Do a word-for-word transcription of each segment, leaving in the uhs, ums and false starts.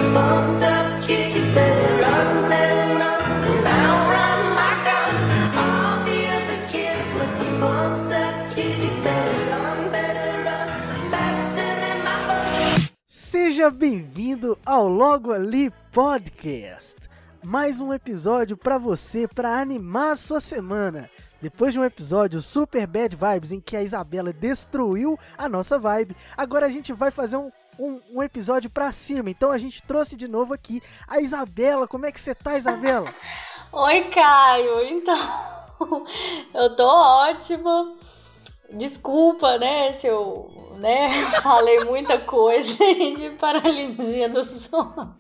pumped up kids, you better run, better run. Now run, my gun. All the other kids with the pumped up kids, you better run, better run. Faster than my butt. Seja bem-vindo ao Logo Ali Podcast. Mais um episódio pra você, pra animar a sua semana. Depois de um episódio super bad vibes em que a Isabela destruiu a nossa vibe, agora a gente vai fazer um, um, um episódio pra cima. Então a gente trouxe de novo aqui a Isabela. Como é que você tá, Isabela? Oi, Caio. Então, eu tô ótima. Desculpa, né, se eu né, falei muita coisa de paralisia do sono.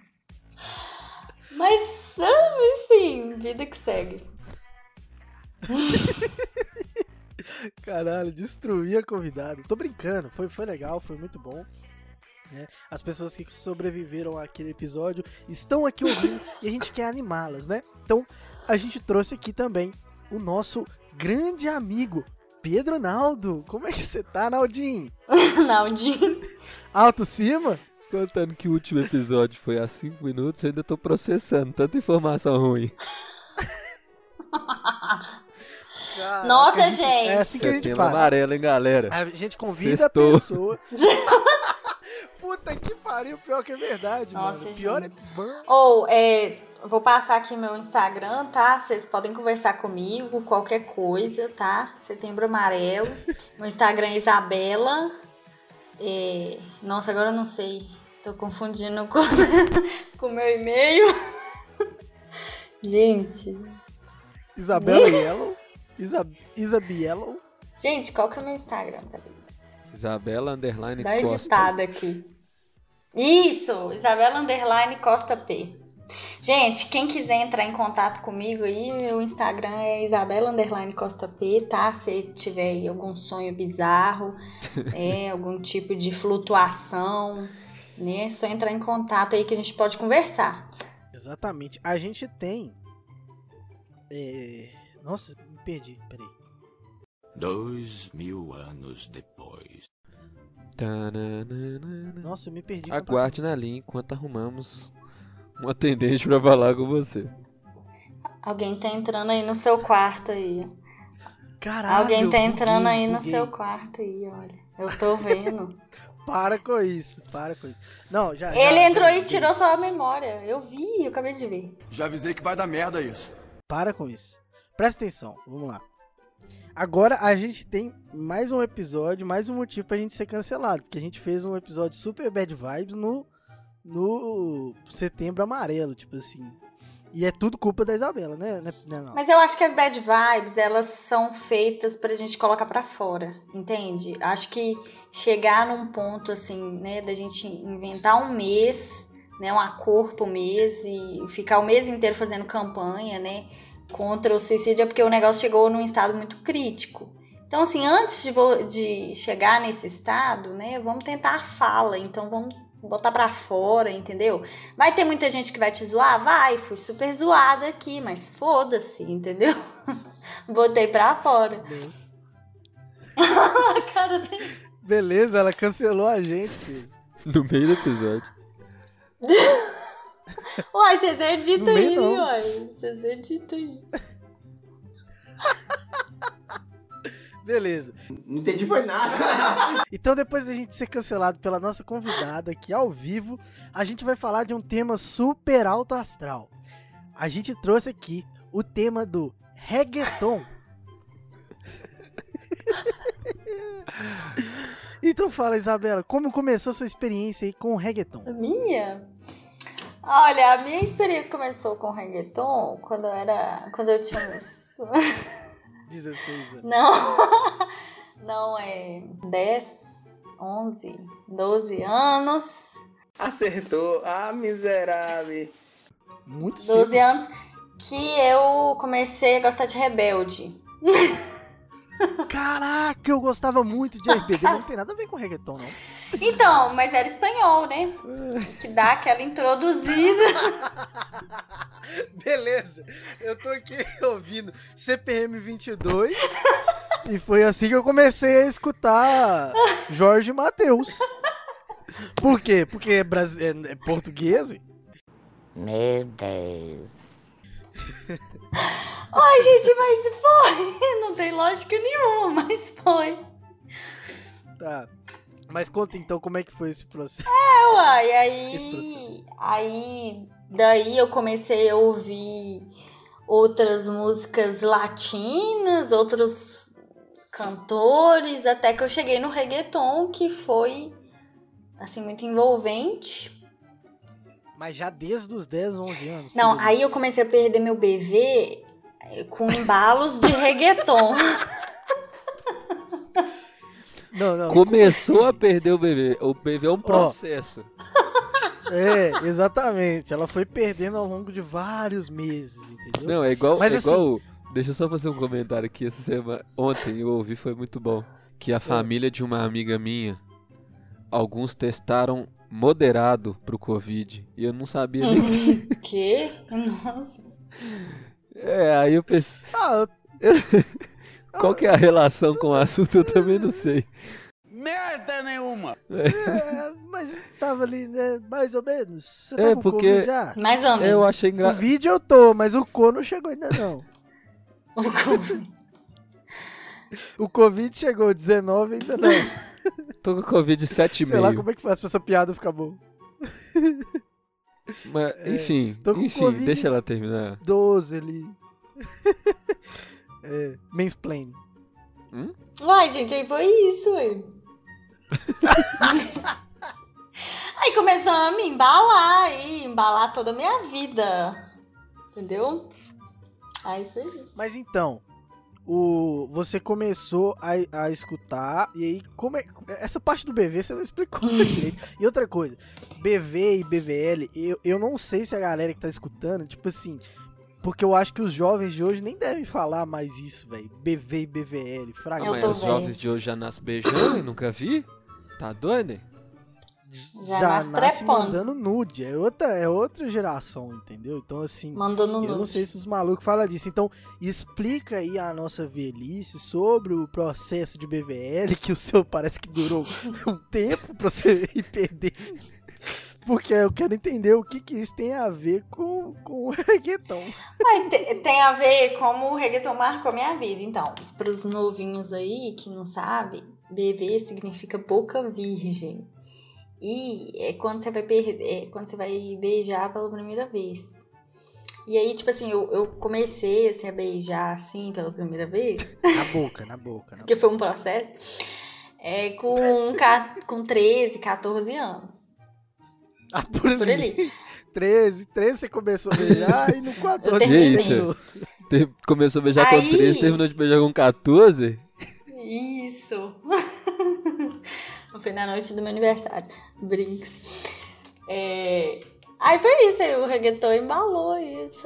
Mas, enfim, vida que segue. Caralho, destruí a convidada. Tô brincando, foi, foi legal, foi muito bom, né? As pessoas que sobreviveram àquele episódio estão aqui ouvindo e a gente quer animá-las, né? Então a gente trouxe aqui também o nosso grande amigo Pedro Naldo. Como é que você tá, Naldinho? Naldinho. Alto cima? Contando que o último episódio foi há cinco minutos, eu ainda tô processando tanta informação ruim. Caraca, Nossa, a gente, gente. É assim que a gente Setembro faz. amarelo, hein, galera? A gente convida Sextou. a pessoa. Puta que pariu, pior que é verdade, Nossa, mano. Pior gente. é... Ou, é, vou passar aqui meu Instagram, tá? Vocês podem conversar comigo, qualquer coisa, tá? Setembro Amarelo. Meu Instagram é Isabela. É... Nossa, agora eu não sei. Tô confundindo com o meu e-mail. Gente. Isabela Yellow. Isa... Isabiello. Gente, qual que é o meu Instagram? Peraí. Isabela Underline Dá uma Costa. editada aqui. Isso! Isabela Underline Costa P. Gente, quem quiser entrar em contato comigo aí, meu Instagram é Isabela Underline Costa P, tá? Se tiver aí algum sonho bizarro, é, algum tipo de flutuação, né? É só entrar em contato aí que a gente pode conversar. Exatamente. A gente tem... É... Nossa, me perdi. Peraí. Dois mil anos depois. Tananana. Nossa, eu me perdi. Aguarde na linha enquanto arrumamos um atendente pra falar com você. Alguém tá entrando aí no seu quarto aí. Caralho, Alguém tá buguei, entrando aí no buguei. seu quarto aí, olha. Eu tô vendo. Para com isso, para com isso. Não, já... já Ele entrou já, e tirou sua memória. Eu vi, eu acabei de ver. Já avisei que vai dar merda isso. Para com isso. Presta atenção, vamos lá. Agora a gente tem mais um episódio, mais um motivo pra gente ser cancelado. Porque a gente fez um episódio super bad vibes no, no Setembro Amarelo, tipo assim. E é tudo culpa da Isabela, né? Não, não. Mas eu acho que as bad vibes, elas são feitas pra gente colocar pra fora, entende? Acho que chegar num ponto, assim, né, da gente inventar um mês, né, uma cor pro mês e ficar o mês inteiro fazendo campanha, né, contra o suicídio, é porque o negócio chegou num estado muito crítico. Então, assim, antes de, vo- de chegar nesse estado, né, vamos tentar a fala, então vamos botar pra fora, entendeu? Vai ter muita gente que vai te zoar? Vai, fui super zoada aqui, mas foda-se, entendeu? Botei pra fora. Cara, tem... Beleza, ela cancelou a gente, filho. No meio do episódio. Uai, vocês editam No meio, aí, não. uai. Vocês editam aí. Beleza. Não entendi foi nada. Então, depois da gente ser cancelado pela nossa convidada aqui ao vivo, a gente vai falar de um tema super alto astral. A gente trouxe aqui o tema do reggaeton. Então fala, Isabela, como começou sua experiência aí com o reggaeton? A minha? Olha, a minha experiência começou com reggaeton quando eu era... Quando eu tinha... dezesseis anos. Não, não é dez, onze, doze anos. Acertou. Ah, miserável. Muito doze cedo. anos que eu comecei a gostar de Rebelde. Caraca, eu gostava muito de R B D, mas não tem nada a ver com reggaeton, não. Então, mas era espanhol, né? Que dá aquela introduzida. Beleza, eu tô aqui ouvindo C P M vinte e dois e foi assim que eu comecei a escutar Jorge Mateus. Por quê? Porque é, brasi- é- é português, véi. Meu Deus. Ai, gente, mas foi. Não tem lógica nenhuma, mas foi. Tá. Mas conta então como é que foi esse processo. É, uai, Esse aí, processo. aí, daí eu comecei a ouvir outras músicas latinas, outros cantores, até que eu cheguei no reggaeton, que foi, assim, muito envolvente. Mas já desde os dez, onze anos. Não, por aí. aí eu comecei a perder meu B V com embalos de reggaeton. Não, não. Começou a perder o bebê. O bebê é um processo. É, exatamente. Ela foi perdendo ao longo de vários meses, entendeu? Não, é igual. Mas é assim- igual. Deixa eu só fazer um comentário aqui. Essa semana, ontem eu ouvi, foi muito bom. Que a família de uma amiga minha, alguns testaram moderado pro Covid. E eu não sabia nem. Que? Nossa. É, aí eu pensei. Ah, eu- Qual que é a relação com o assunto? Eu também não sei. Merda nenhuma! é, mas tava ali, né? Mais ou menos. Você tá É, com porque- Covid já? Mais ou Eu menos. achei O engraçado. vídeo eu tô, mas o co não chegou ainda não. O Covid chegou, dezenove ainda não. Tô com Covid sete Sei lá vírgula cinco. como é que faz pra essa piada ficar boa. Mas, enfim, tô com enfim, Covid. deixa ela terminar. doze ali. É, mansplaining. Uai, gente, aí foi isso, ué. Aí começou a me embalar aí, embalar toda a minha vida. Entendeu? Aí foi isso. Mas então, o, você começou a, a escutar, e aí, como é, essa parte do B V você não explicou direito. E outra coisa, B V e B V L, eu, eu não sei se a galera que tá escutando, tipo assim, porque eu acho que os jovens de hoje nem devem falar mais isso, velho. B V e B V L, fraga. Eu Mas tô os velha. jovens de hoje já nascem beijando e nunca vi? Tá doido, hein? Já, Já nasce nasce trepando. mandando nude, é outra, é outra geração, entendeu? Então assim, Mandando eu não nude. sei se os malucos falam disso. Então, explica aí a nossa velhice sobre o processo de B V L, que o seu parece que durou um tempo pra você ir perder. Porque eu quero entender o que, que isso tem a ver com, com o reggaeton. Ai, te- tem a ver como o reggaeton marcou minha vida. Então, pros novinhos aí que não sabem, B V significa boca virgem. E é quando você vai per- é quando você vai beijar pela primeira vez. E aí, tipo assim, eu, eu comecei assim, a beijar assim pela primeira vez, Na boca, na boca. Na porque foi um processo, é, com, ca- com treze, catorze anos. Ah, por ali. Por ali. treze, treze você começou a beijar e no quatorze Eu Que terminei. isso? Te- Começou a beijar com Aí- treze, terminou de beijar com quatorze? Isso! Foi na noite do meu aniversário. Brinks. É... Aí foi isso, aí o reggaeton embalou isso.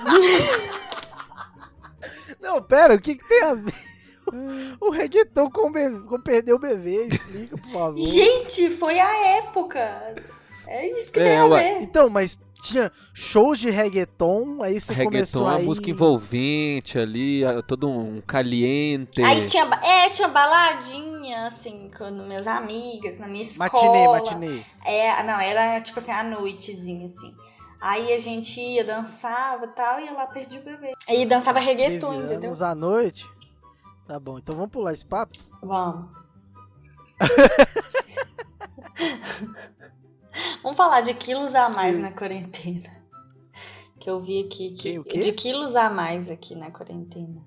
Não, pera, o que, que tem a ver o reggaeton com, o bebê, com perder o bebê? Explica, por favor. Gente, foi a época. É isso que É, tem a ué. ver. Então, mas tinha shows de reggaeton, aí você Reggaeton começou é a uma ir... música envolvente ali, a- todo um caliente. Aí tinha, ba- é, tinha baladinha, assim, com minhas amigas, na minha escola. Matinê, matinê. É, não, era tipo assim, à noitezinha, assim. Aí a gente ia, dançava e tal, e ia lá perdi o bebê. Aí dançava reggaeton, treze entendeu? anos à noite. Tá bom, então vamos pular esse papo? Vamos. Vamos falar de quilos a mais na quarentena. Que eu vi aqui. Que, Que, o quê? De quilos a mais aqui na quarentena.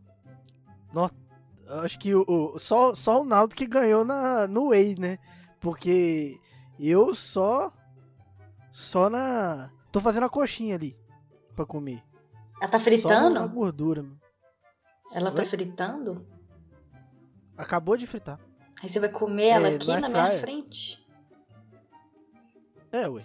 Eu acho que o, o- só, só o Naldo que ganhou na, no Whey, né? Porque eu só... Só na... Tô fazendo a coxinha ali pra comer. Ela tá Só fritando? na gordura. Mano. Ela tá Oi? fritando? Acabou de fritar. Aí você vai comer ela É, aqui no na air minha fryer. frente? É, ué.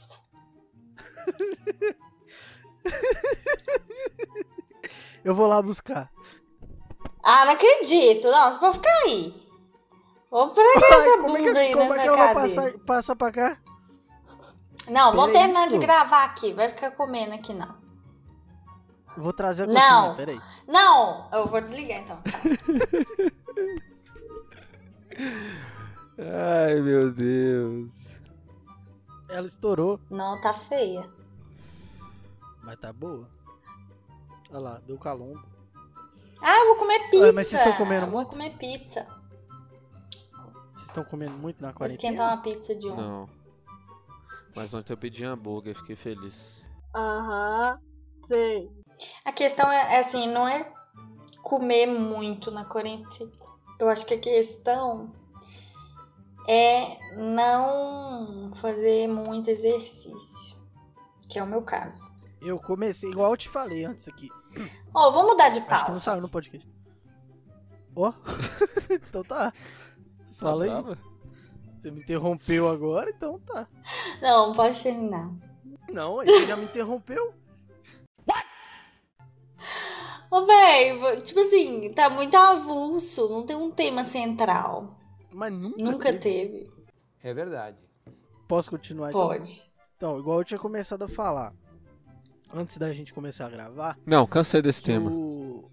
Eu vou lá buscar. Ah, não acredito. Não, você pode ficar aí. Vou pregar Ai, essa como é bunda que, aí como é nessa que ela vai cadeira. passar, passar pra cá? Não, vamos Peraí, terminar de isso. gravar aqui. Vai ficar comendo aqui, não. Vou trazer a Não. coxinha, peraí. Não, eu vou desligar então. Ai, meu Deus. Ela estourou. Não, tá feia. Mas tá boa. Olha lá, deu calombo. Ah, eu vou comer pizza. Ué, mas vocês estão comendo Eu Vou muito? comer pizza. Vocês estão comendo muito na Vou quarentena? esquentar uma pizza de um. Não. Mas ontem eu pedi hambúrguer e fiquei feliz. Aham, sei. A questão é, é assim, não é comer muito na quarentena. Eu acho que a questão é não fazer muito exercício. Que é o meu caso. Eu comecei, igual eu te falei antes aqui. Ó, vou mudar de Acho que não pauta. saiu no podcast. Ó. Então tá. Fala aí. Tava? Você me interrompeu agora, então tá. Não, pode terminar. Não, aí você já me interrompeu. Ô, velho, tipo assim, tá muito avulso. Não tem um tema central. Mas nunca, Nunca teve. teve. É verdade. Posso continuar então? Pode. Então, igual eu tinha começado a falar. Antes da gente começar a gravar. Não, cansei desse que tema. o-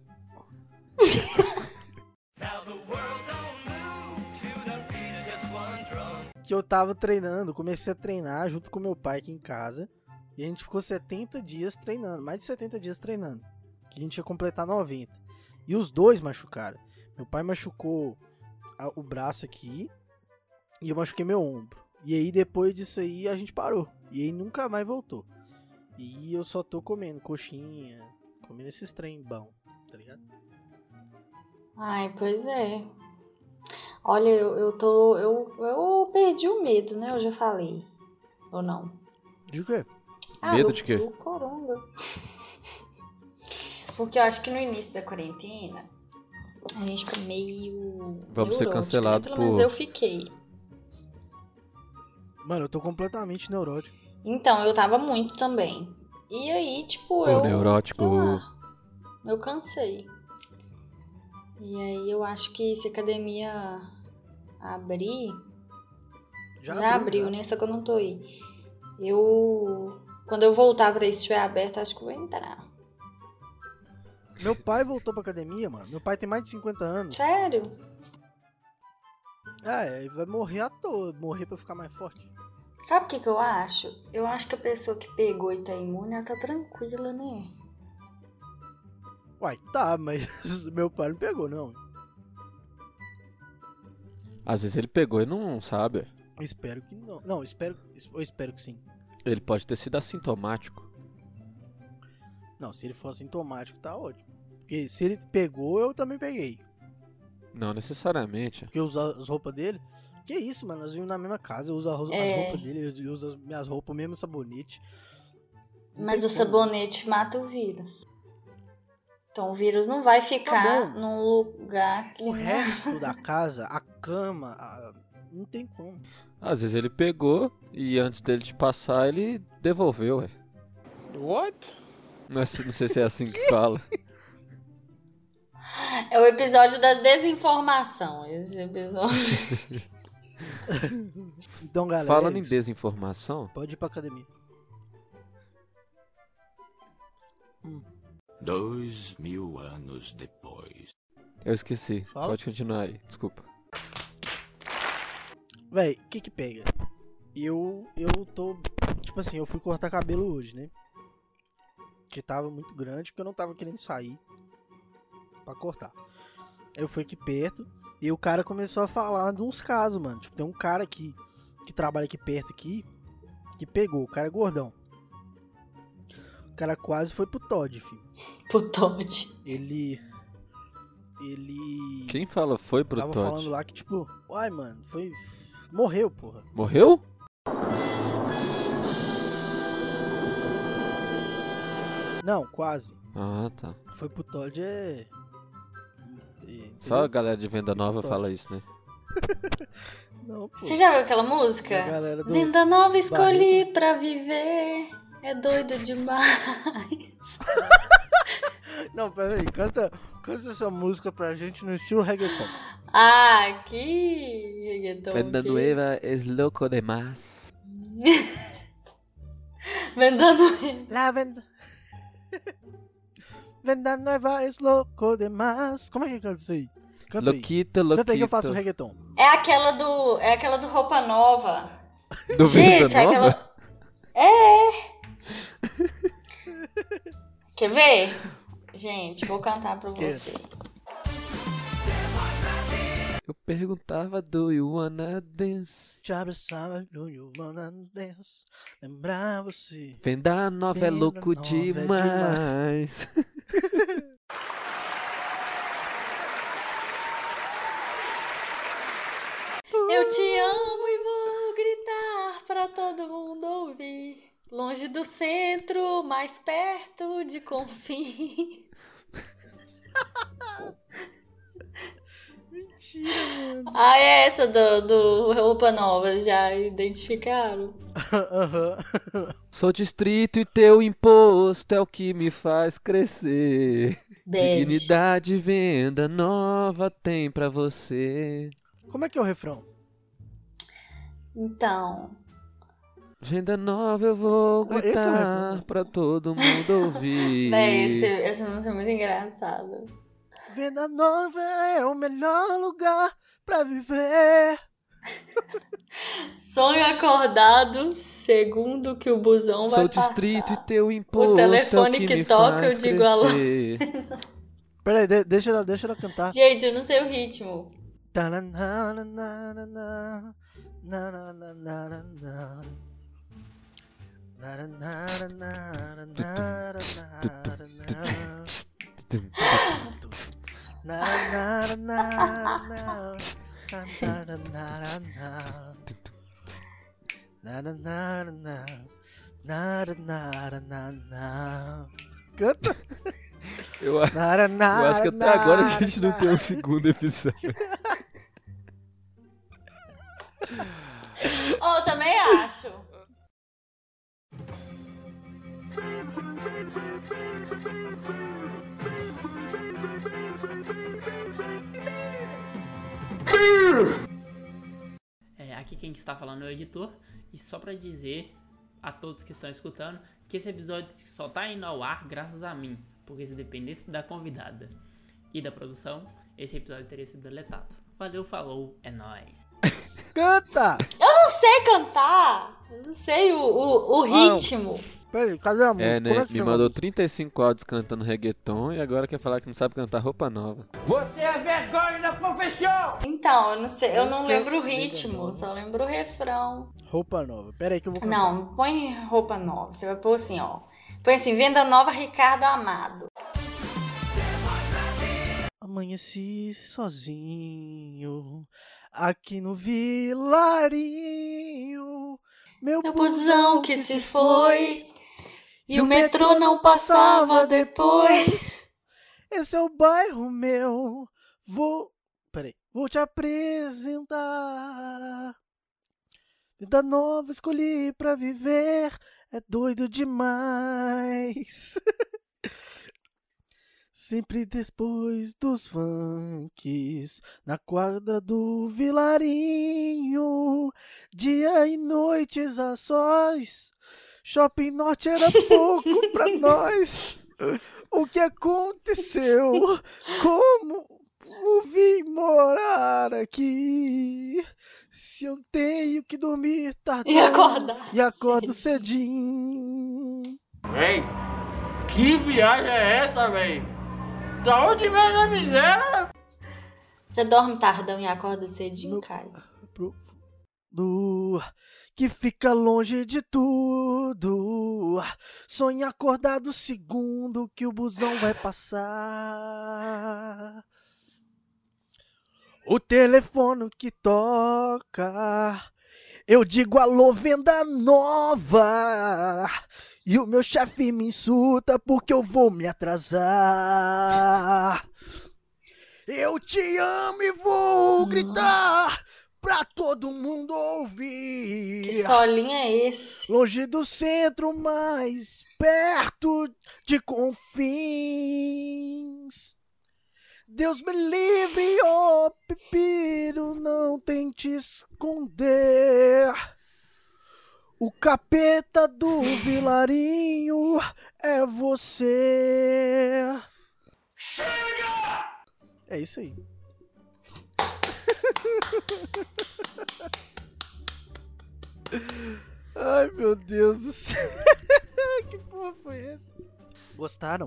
que eu tava treinando, comecei a treinar junto com meu pai aqui em casa. E a gente ficou setenta dias treinando, mais de setenta dias treinando. Que a gente ia completar noventa. E os dois machucaram. Meu pai machucou a- o braço aqui e eu machuquei meu ombro. E aí depois disso aí a gente parou. E aí nunca mais voltou. E eu só tô comendo coxinha, comendo esses trem bom, tá ligado? Ai, pois é. Olha, eu, eu tô. Eu, eu perdi o medo, né? Eu já falei. Ou não? De quê? Medo do, de quê? Do coronga. Porque eu acho que no início da quarentena a gente fica meio. Vamos ser neurótica, cancelados né? Pelo menos por- eu fiquei. Mano, eu tô completamente neurótico. Então, eu tava muito também. E aí, tipo, Ô, eu. neurótico. sei lá, eu cansei. E aí eu acho que se a academia abrir. Já, abriu, já. né? Só que eu não tô aí. Eu. Quando eu voltar pra isso estiver aberto, acho que eu vou entrar. Meu pai voltou pra academia, mano. Meu pai tem mais de cinquenta anos. Sério? É, ele vai morrer à toa. Morrer pra ficar mais forte. Sabe o que que eu acho? Eu acho que a pessoa que pegou e tá imune, ela tá tranquila, né? Uai, tá, mas meu pai não pegou, não. Às vezes ele pegou e não sabe. Espero que não. Não, espero, eu espero que sim. Ele pode ter sido assintomático. Não, se ele for assintomático, tá ótimo. Porque se ele pegou, eu também peguei. Não necessariamente. Porque eu uso as roupas dele. Que isso, mano? Nós vivemos na mesma casa. Eu uso a ro- É. as roupas dele, eu uso as minhas roupas, o mesmo sabonete. Não Mas tem o como. sabonete mata o vírus. Então o vírus não vai ficar bom. num lugar que. O não- resto da casa, a cama, a- não tem como. Às vezes ele pegou e antes dele te passar, ele devolveu, ué. What? Não, é- não sei se é assim que fala. É o episódio da desinformação. Esse episódio. Então, galera, Falando é em isso. desinformação, Pode ir pra academia. Dois mil anos depois. eu esqueci. Fala. Pode continuar aí, desculpa. Véi, o que que pega? Eu, eu tô, tipo assim, eu fui cortar cabelo hoje, né? Que tava muito grande, porque eu não tava querendo sair pra cortar. Eu fui aqui perto e o cara começou a falar de uns casos, mano. Tipo, tem um cara aqui, que trabalha aqui perto aqui, que pegou, o cara é gordão. O cara quase foi pro Todd, filho. Putote. Ele... Ele... Quem fala foi pro tava Todd? falando lá que, tipo, uai, mano, foi... Morreu, porra. Morreu? Não, quase. Ah, tá. Foi pro Todd é. é, Só a entendeu? galera de Venda Nova Todd. fala isso, né? Não, pô. Você já viu aquela A música? galera do. Venda nova escolhi pra viver. É doido demais. Não, peraí, canta, canta essa música pra gente no estilo reggaeton. Ah, que reggaeton. Venda que- Nueva es loco demais. Venda Nueva. La venda. Venda nueva es loco demais. Como é que canta isso aí? Canta aí. Loquito, loquito. Canta aí que eu faço o reggaeton. É aquela do. É aquela do Roupa Nova. Do Gente, Venda é Nova? aquela. É! Quer ver? Gente, vou cantar pra Quero. você. Eu perguntava, do you wanna dance? Te abraçava, do you wanna dance? Lembrar você. Venda nova é Venda louco nova é demais. Eu te amo e vou gritar pra todo mundo ouvir. Longe do centro, mais perto de Confins. Mentira, mano. Ah, é essa do, do Roupa Nova, já identificaram? Aham. Sou distrito e teu imposto é o que me faz crescer. Bad. Dignidade, venda nova tem pra você. Como é que é o refrão? Então, Venda nova eu vou Esse é o gritar refrão. pra todo mundo ouvir. véi, esse, essa música é muito engraçada. Venda nova é o melhor lugar pra viver. Sonho acordado, segundo que o busão vai Sou passar. distrito e teu imposto telefone é o que, que me toca, faz eu digo alô. crescer. Pera aí, de- deixa, ela, deixa ela cantar. Gente, eu não sei o ritmo. Tananana, nananana, Canta. Eu, a- eu acho que até agora a gente não tem um segundo episódio. Oh, eu também acho. É, aqui quem está falando é o editor. E só pra dizer a todos que estão escutando que esse episódio só tá indo ao ar graças a mim. Porque se dependesse da convidada e da produção, esse episódio teria sido deletado. Valeu, falou, é nóis. Canta! Eu não sei cantar. Eu não sei o, o, o não. ritmo. Pera aí, cadê a música? É, né? Como é que Me chama a mandou música? trinta e cinco áudios cantando reggaeton e agora quer falar que não sabe cantar roupa nova. Você é vergonha da profissão! Então, eu não sei, eu não Música lembro o Liga ritmo, Nova. só lembro o refrão. Roupa nova. Pera aí que eu vou cantar. Não, põe roupa nova. Você vai pôr assim, ó. Põe assim, venda nova Ricardo Amado. Amanheci sozinho aqui no vilarinho. Meu, Meu busão que se foi e o metrô não passava depois. Esse é o bairro meu. Vou. Peraí. Vou te apresentar. Vida nova escolhi pra viver. É doido demais. Sempre depois dos funks, na quadra do vilarinho, dia e noites a sós, Shopping Norte era pouco pra nós. O que aconteceu? Como vim morar aqui? Se eu tenho que dormir tardão E acordar e acordo cedinho. Véi, que viagem é essa, véi? Da onde vem a miséria? Você dorme tardão e acorda cedinho, Caio. Pro- do que fica longe de tudo, sonha acordado segundo que o busão vai passar. O telefone que toca, eu digo alô, venda nova. E o meu chefe me insulta porque eu vou me atrasar. Eu te amo e vou gritar pra todo mundo ouvir. Que solinho é esse? Longe do centro, mais perto de Confins. Deus me livre, ó pepiro, não tente esconder. O capeta do vilarinho é você. Chega! É isso aí. Ai, meu Deus do céu. Que porra foi essa? Gostaram?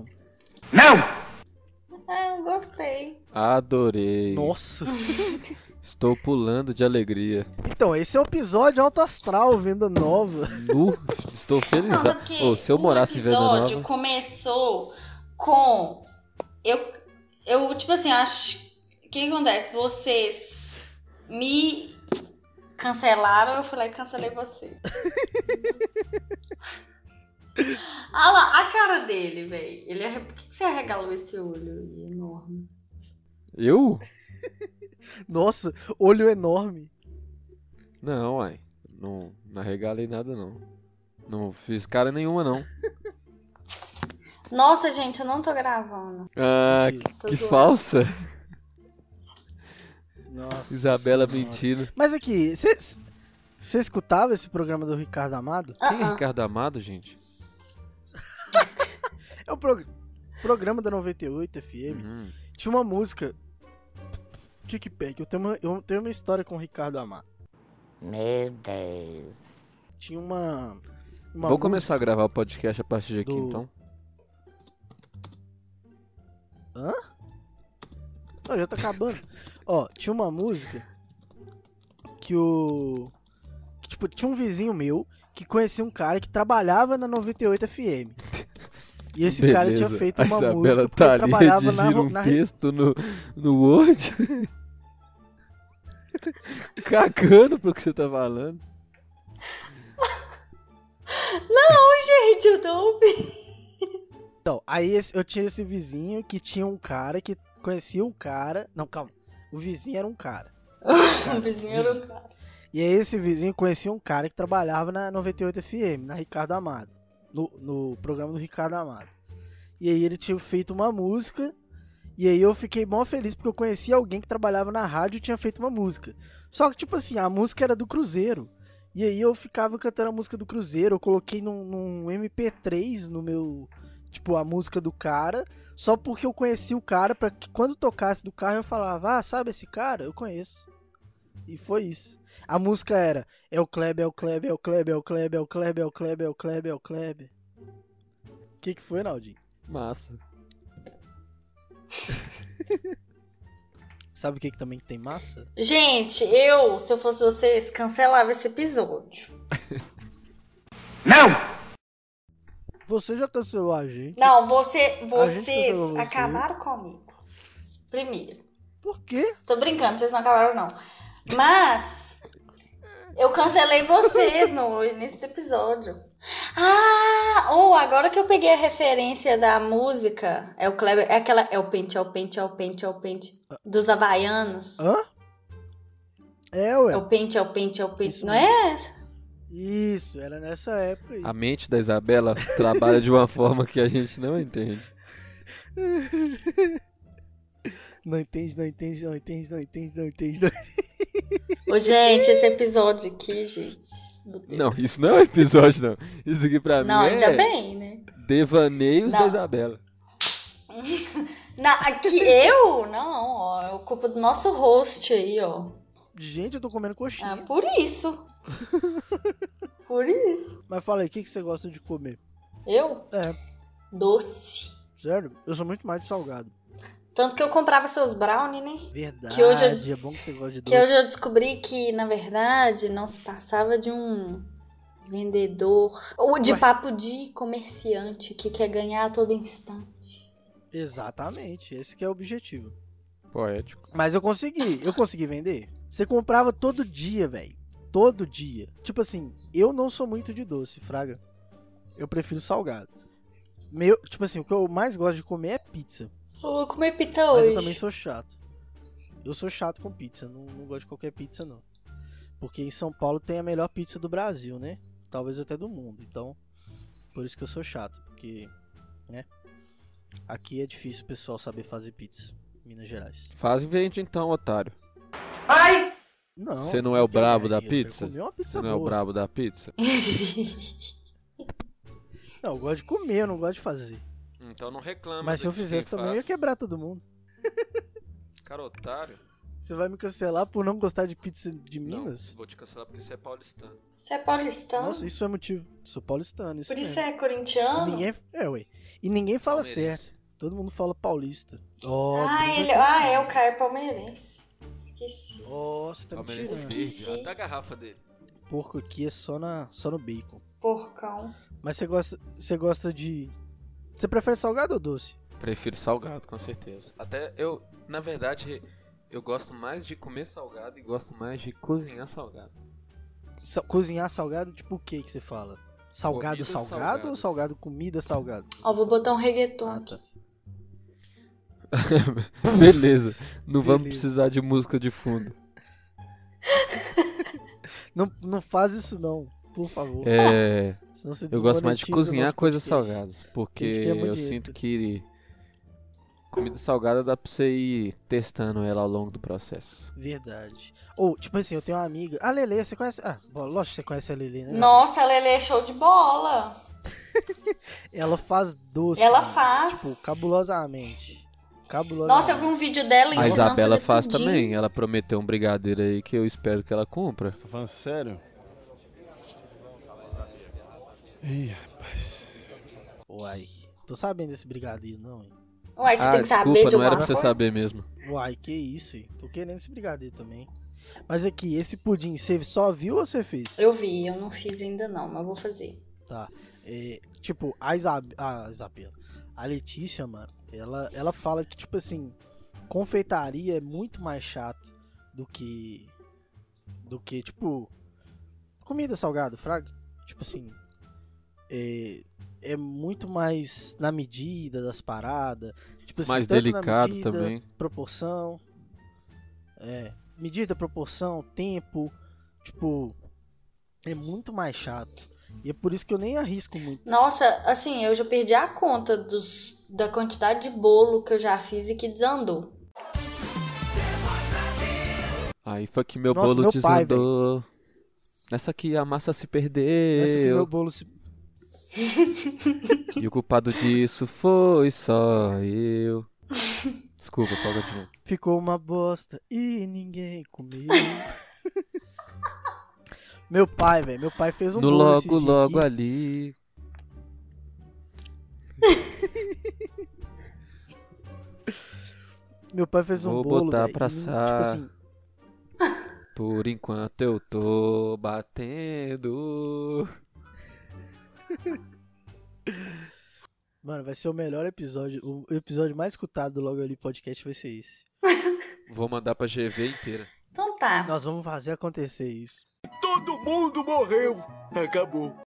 É, eu gostei. Adorei. Nossa. Estou pulando de alegria. Então, esse é o episódio Alto Astral, Venda Nova. Nu, estou feliz. Não, sabe que Ô, se eu morasse o em Venda episódio Nova... começou com... Eu, eu tipo assim, acho... O que acontece? Vocês me cancelaram, eu fui lá e cancelei você. Ah lá, a cara dele, velho. Ele arre... Por que que você arregalou esse olho enorme? Eu? Nossa, olho enorme. Não, uai. Não, não arregalei nada, não. Não fiz cara nenhuma, não. Nossa, gente, eu não tô gravando. Ah, Mentira. que, Tô que zoando. falsa. Nossa Isabela Senhora. mentindo. Mas aqui, você escutava esse programa do Ricardo Amado? Quem é Ah, ah. Ricardo Amado, gente? É o prog- programa da noventa e oito F M. Uhum. Tinha uma música. Que que pega? Eu tenho uma, eu tenho uma história com o Ricardo Amado. Meu Deus. Tinha uma. uma Vou começar a música gravar o podcast a partir de aqui, do- então. Hã? Não, já tá acabando. Ó, tinha uma música que o. Que, tipo, tinha um vizinho meu que conhecia um cara que trabalhava na noventa e oito F M. E esse cara tinha Beleza. feito A uma Isabela música porque tá ele ali trabalhava na, redigindo ro- um na re- texto no, no Word. Cagando pro que você tá falando. Gente, eu tô ouvindo. Então, aí esse- eu tinha esse vizinho que tinha um cara que conhecia um cara. Não, calma. O vizinho era um cara. O vizinho era um cara. E aí esse vizinho conhecia um cara que trabalhava na noventa e oito F M, na Ricardo Amado. No, no programa do Ricardo Amado. E aí ele tinha feito uma música. E aí eu fiquei mó feliz porque eu conhecia alguém que trabalhava na rádio e tinha feito uma música. Só que, tipo assim, a música era do Cruzeiro. E aí eu ficava cantando a música do Cruzeiro. Eu coloquei num, num M P três no meu... Tipo, a música do cara. Só porque eu conhecia o cara, pra que quando tocasse do carro eu falava, ah, sabe esse cara? Eu conheço. E foi isso. A música era, é o Kleber, é o Kleber, é o Kleber, é o Kleber, é o Kleber, é o Kleber, é o Kleber, é o Kleber. O que que foi, Naldinho? Massa. Sabe o que que também tem massa? Gente, eu, se eu fosse vocês, cancelava esse episódio. Você já cancelou a gente. Não, você, A gente vocês cancelou você. acabaram comigo. Primeiro. Por quê? Tô brincando, vocês não acabaram, não. Mas eu cancelei vocês no início do episódio. Ah! Ou oh, agora que eu peguei a referência da música, é o Kleber, é aquela. É o pente, é o pente, é o pente, é o pente. Dos havaianos. Hã? É, ué. É o pente, é o pente, é o pente. Isso Não mesmo. é essa? Isso, era nessa época aí. A mente da Isabela trabalha de uma forma que a gente não entende. Não entende, não entende, não entende, não entende, não entende. Não... Ô, gente, esse episódio aqui, gente. Meu Deus. Não, isso não é um episódio, não. Isso aqui pra Não, mim ainda é bem, né? devaneios Não. da Isabela. Na, aqui eu? Não, ó. É culpa do nosso host aí, ó. Gente, eu tô comendo coxinha. Ah, por isso. Por isso. Mas fala aí, o que que você gosta de comer? Eu? É, Doce. sério? Eu sou muito mais de salgado. Tanto que eu comprava seus brownie, né? Verdade, Que hoje eu- é bom que você gosta de Que doce. hoje eu descobri que, na verdade, não se passava de um vendedor ou de Ué. papo de comerciante que quer ganhar a todo instante. Exatamente, esse que é o objetivo. Poético. Mas eu consegui, eu consegui vender. Você comprava todo dia, velho. Todo dia. Tipo assim, eu não sou muito de doce, fraga. Eu prefiro salgado. Meu, tipo assim, o que eu mais gosto de comer é pizza. Eu vou comer pizza Mas hoje. eu também sou chato. Eu sou chato com pizza, não, não gosto de qualquer pizza, não. Porque em São Paulo tem a melhor pizza do Brasil, né? Talvez até do mundo. Então, por isso que eu sou chato. Porque, né? Aqui é difícil o pessoal saber fazer pizza. Em Minas Gerais. Faz e vende então, otário. Não. Você não é o que brabo da eu quero pizza? comer uma pizza Você não é o boa. brabo da pizza? Não, eu gosto de comer, eu não gosto de fazer. Então não reclama. Mas se eu fizesse também, eu ia quebrar todo mundo. Cara, otário. Você vai me cancelar por não gostar de pizza de Não, Minas? vou te cancelar porque você é paulistano. Você é paulistano? Nossa, isso é motivo. Sou paulistano, isso Por isso mesmo. é corintiano? Ninguém... É, ué. E ninguém fala Palmeirense. certo. Todo mundo fala paulista. Ó, Ah, Bruno ele, já ah, tá é o assim. Caio palmeirense. Esqueci. Ó, você tá me Palmeirense tirando. Esqueci. verde. Até a garrafa dele. Porco aqui é só, na, só no bacon. Porcão. Mas você gosta, você gosta de... Você prefere salgado ou doce? Prefiro salgado, com certeza. Até eu, na verdade, eu gosto mais de comer salgado e gosto mais de cozinhar salgado. Sa- cozinhar salgado, tipo o que que você fala? Salgado Comidas salgado ou salgadas. salgado comida salgado? Ó, vou botar um reggaeton Ah, aqui. tá. Beleza. Não vamos Beleza. precisar de música de fundo. Não, não faz isso não, por favor. É, Senão você eu gosto mais de desmonetiza o cozinhar nosso coisas podcast. salgadas. Porque A gente ganha muito eu dinheiro. sinto que comida salgada dá pra você ir testando ela ao longo do processo. Verdade. Ou, tipo assim, eu tenho uma amiga... A Lelê, você conhece... Ah, bom, lógico que você conhece a Lelê, né? Nossa, a Lelê é show de bola. Ela faz doce. Ela mano. faz. Tipo, cabulosamente. Cabulosamente. Nossa, eu vi um vídeo dela A ensinando Isabela a fazer faz pudim. também. Ela prometeu um brigadeiro aí que eu espero que ela cumpra. Tá falando sério? Ih, rapaz. Uai, tô sabendo desse brigadeiro, não, hein? Uai, você Ah, tem que saber desculpa, de não era alguma pra você coisa? saber mesmo. Uai, que isso, hein? Tô querendo esse brigadeiro também. Mas aqui, esse pudim, você só viu ou você fez? Eu vi, eu não fiz ainda não, mas vou fazer. Tá. É, tipo, a, Isab... a Isabela, a Letícia, mano, ela, ela fala que, tipo assim, confeitaria é muito mais chato do que. Do que, tipo. Comida salgada, fraga. Tipo assim. É, é muito mais na medida das paradas. Tipo assim, Mais tanto na delicado medida, também. Proporção. É. Medida, proporção, tempo. Tipo. É muito mais chato. E é por isso que eu nem arrisco muito. Nossa, assim, eu já perdi a conta dos, da quantidade de bolo que eu já fiz e que desandou. Aí foi que meu Nossa, bolo meu pai, desandou. Nessa aqui a massa se Essa que perdeu. meu bolo se. E o culpado disso foi só eu. Desculpa, pode continuar. Ficou uma bosta e ninguém comeu. Meu pai, velho. Meu pai fez um No bolo esses logo, dias logo aqui. ali. Meu pai fez um Vou bolo, botar velho, pra e, tipo assar. assim, Por enquanto eu tô batendo. mano, vai ser o melhor episódio. O episódio mais escutado do Logo Ali Podcast vai ser esse. Vou mandar pra G V inteira. Então tá. Nós vamos fazer acontecer isso. Todo mundo morreu. Acabou.